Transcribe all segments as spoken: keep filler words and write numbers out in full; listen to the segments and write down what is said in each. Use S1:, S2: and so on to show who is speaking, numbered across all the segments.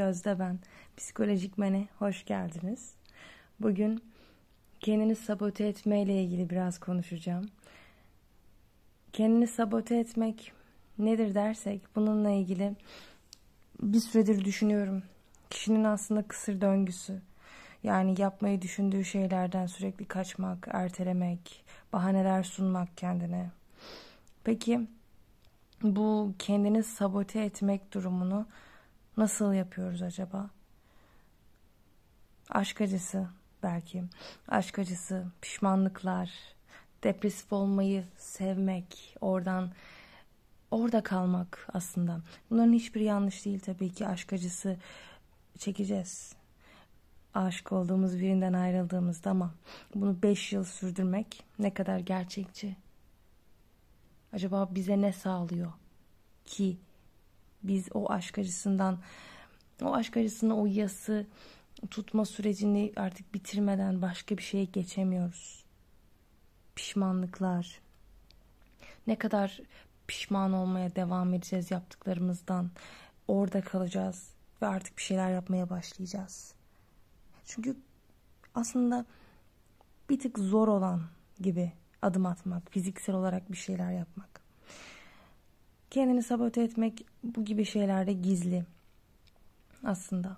S1: Özde ben. Psikolojikmen'e hoş geldiniz. Bugün kendini sabote etme ile ilgili biraz konuşacağım. Kendini sabote etmek nedir dersek bununla ilgili bir süredir düşünüyorum. Kişinin aslında kısır döngüsü. Yani yapmayı düşündüğü şeylerden sürekli kaçmak, ertelemek, bahaneler sunmak kendine. Peki bu kendini sabote etmek durumunu nasıl yapıyoruz acaba? Aşk acısı belki. Aşk acısı, pişmanlıklar, depresif olmayı sevmek, oradan orada kalmak aslında. Bunların hiçbiri yanlış değil tabii ki. Aşk acısı çekeceğiz. Aşık olduğumuz birinden ayrıldığımızda ama bunu beş yıl sürdürmek ne kadar gerçekçi? Acaba bize ne sağlıyor ki biz o aşk acısından, o aşk acısını, o yası tutma sürecini artık bitirmeden başka bir şeye geçemiyoruz. Pişmanlıklar. Ne kadar pişman olmaya devam edeceğiz yaptıklarımızdan. Orada kalacağız ve artık bir şeyler yapmaya başlayacağız. Çünkü aslında bir tık zor olan gibi adım atmak, fiziksel olarak bir şeyler yapmak. Kendini sabote etmek bu gibi şeylerde gizli aslında.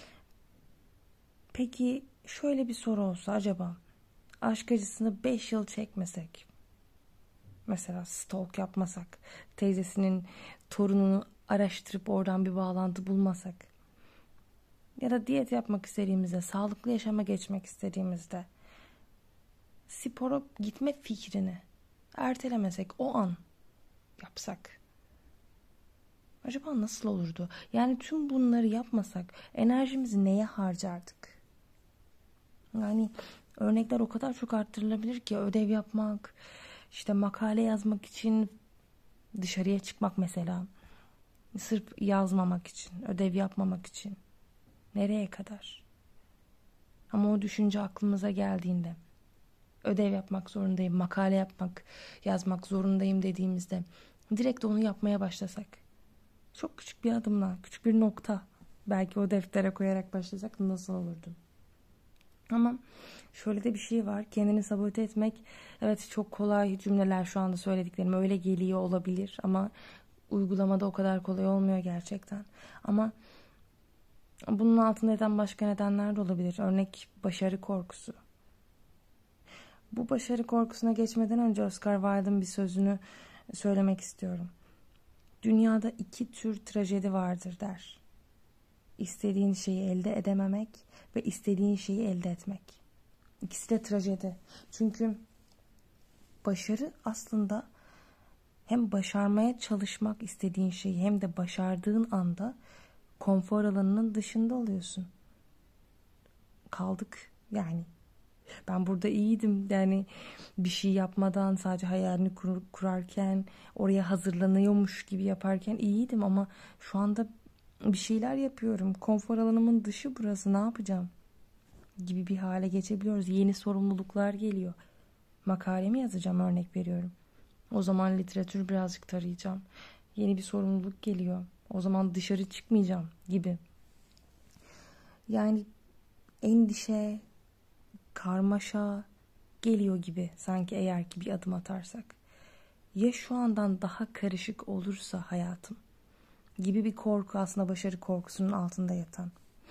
S1: Peki şöyle bir soru olsa acaba aşk acısını beş yıl çekmesek, mesela stalk yapmasak, teyzesinin torununu araştırıp oradan bir bağlantı bulmasak ya da diyet yapmak istediğimizde, sağlıklı yaşama geçmek istediğimizde spora gitme fikrini ertelemesek, o an yapsak acaba nasıl olurdu? Yani tüm bunları yapmasak enerjimizi neye harcardık? Yani örnekler o kadar çok arttırılabilir ki, ödev yapmak, işte makale yazmak için dışarıya çıkmak mesela. Sırf yazmamak için, ödev yapmamak için. Nereye kadar? Ama o düşünce aklımıza geldiğinde, ödev yapmak zorundayım, makale yapmak, yazmak zorundayım dediğimizde direkt onu yapmaya başlasak. Çok küçük bir adımla, küçük bir nokta belki o deftere koyarak başlasak nasıl olurdu? Ama şöyle de bir şey var. Kendini sabote etmek, evet çok kolay cümleler şu anda söylediklerim öyle geliyor olabilir ama uygulamada o kadar kolay olmuyor gerçekten. Ama bunun altında yatan başka nedenler de olabilir. Örnek başarı korkusu. Bu başarı korkusuna geçmeden önce Oscar Wilde'ın bir sözünü söylemek istiyorum. Dünyada iki tür trajedi vardır der. İstediğin şeyi elde edememek ve istediğin şeyi elde etmek. İkisi de trajedi. Çünkü başarı aslında hem başarmaya çalışmak istediğin şeyi hem de başardığın anda konfor alanının dışında oluyorsun. Kaldık yani. Ben burada iyiydim. Yani bir şey yapmadan sadece hayalini kur, kurarken, oraya hazırlanıyormuş gibi yaparken iyiydim ama şu anda bir şeyler yapıyorum. Konfor alanımın dışı burası. Ne yapacağım? Gibi bir hale geçebiliyoruz. Yeni sorumluluklar geliyor. Makale mi yazacağım, örnek veriyorum. O zaman literatür birazcık tarayacağım. Yeni bir sorumluluk geliyor. O zaman dışarı çıkmayacağım gibi. Yani endişe, karmaşa geliyor gibi sanki eğer ki bir adım atarsak. Ya şu andan daha karışık olursa hayatım gibi bir korku aslında başarı korkusunun altında yatan.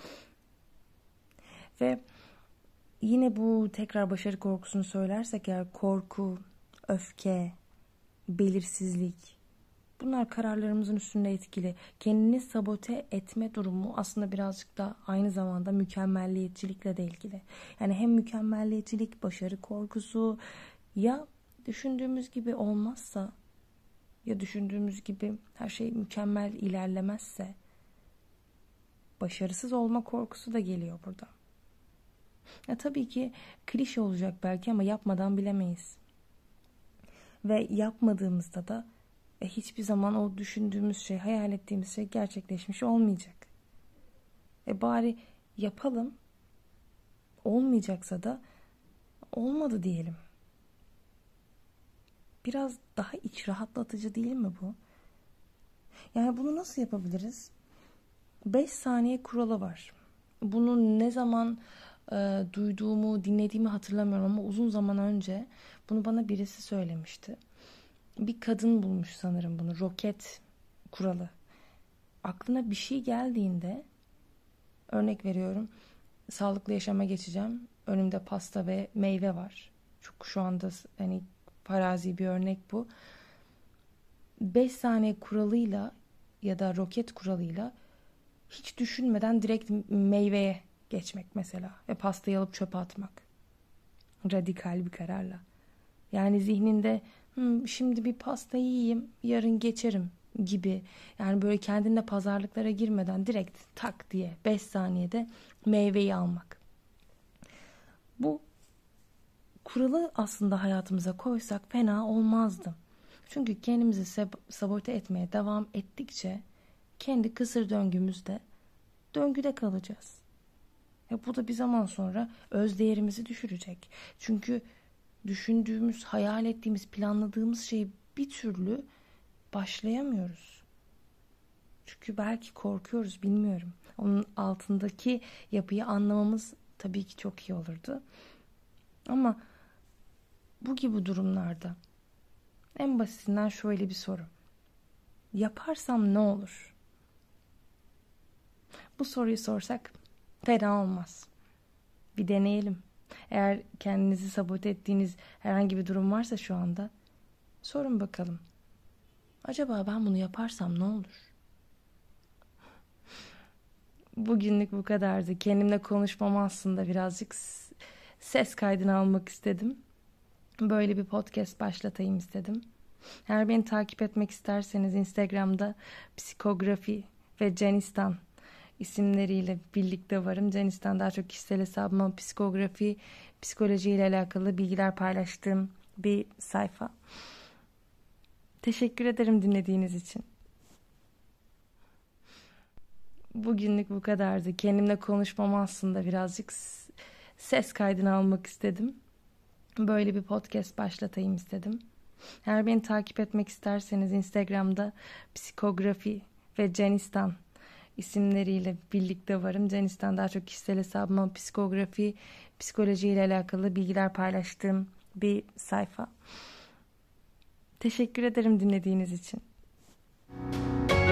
S1: Ve yine bu tekrar başarı korkusunu söylersek eğer korku, öfke, belirsizlik, bunlar kararlarımızın üstünde etkili. Kendini sabote etme durumu aslında birazcık da aynı zamanda mükemmelliyetçilikle de ilgili. Yani hem mükemmelliyetçilik, başarı korkusu, ya düşündüğümüz gibi olmazsa, ya düşündüğümüz gibi her şey mükemmel ilerlemezse başarısız olma korkusu da geliyor burada. Ya tabii ki klişe olacak belki ama yapmadan bilemeyiz. Ve yapmadığımızda da e, hiçbir zaman o düşündüğümüz şey, hayal ettiğimiz şey gerçekleşmiş olmayacak. E bari yapalım. Olmayacaksa da olmadı diyelim. Biraz daha iç rahatlatıcı değil mi bu? Yani bunu nasıl yapabiliriz? beş saniye kuralı var. Bunu ne zaman e, duyduğumu, dinlediğimi hatırlamıyorum ama uzun zaman önce bunu bana birisi söylemişti. Bir kadın bulmuş sanırım bunu. Roket kuralı. Aklına bir şey geldiğinde, örnek veriyorum, sağlıklı yaşama geçeceğim. Önümde pasta ve meyve var. Çok şu anda hani farazi bir örnek bu. beş saniye kuralıyla ya da roket kuralıyla hiç düşünmeden direkt meyveye geçmek mesela ve pastayı alıp çöpe atmak. Radikal bir kararla. Yani zihninde Hı, şimdi bir pasta yiyeyim, yarın geçerim gibi. Yani böyle kendinle pazarlıklara girmeden direkt tak diye beş saniyede meyveyi almak. Bu kuralı aslında hayatımıza koysak fena olmazdı. Çünkü kendimizi sabote etmeye devam ettikçe kendi kısır döngümüzde döngüde kalacağız. E bu da bir zaman sonra öz değerimizi düşürecek. Çünkü düşündüğümüz, hayal ettiğimiz, planladığımız şeyi bir türlü başlayamıyoruz. Çünkü belki korkuyoruz, bilmiyorum. Onun altındaki yapıyı anlamamız tabii ki çok iyi olurdu. Ama bu gibi durumlarda en basitinden şöyle bir soru. Yaparsam ne olur? Bu soruyu sorsak fena olmaz. Bir deneyelim. Eğer kendinizi sabote ettiğiniz herhangi bir durum varsa şu anda sorun bakalım. Acaba ben bunu yaparsam ne olur? Bugünlük bu kadardı. Kendimle konuşmamı aslında birazcık ses kaydını almak istedim. Böyle bir podcast başlatayım istedim. Eğer beni takip etmek isterseniz Instagram'da psikografi ve Cenistan isimleriyle birlikte varım. Cenistan daha çok kişisel hesabım ama psikografi, psikoloji ile alakalı bilgiler paylaştığım bir sayfa. Teşekkür ederim dinlediğiniz için. Bugünlük bu kadardı. Kendimle konuşmamı aslında birazcık ses kaydını almak istedim. Böyle bir podcast başlatayım istedim. Eğer beni takip etmek isterseniz Instagram'da psikografi ve Cenistan isimleriyle birlikte varım. Cenistan daha çok kişisel hesabım ama psikografi, psikoloji ile alakalı bilgiler paylaştığım bir sayfa. Teşekkür ederim dinlediğiniz için.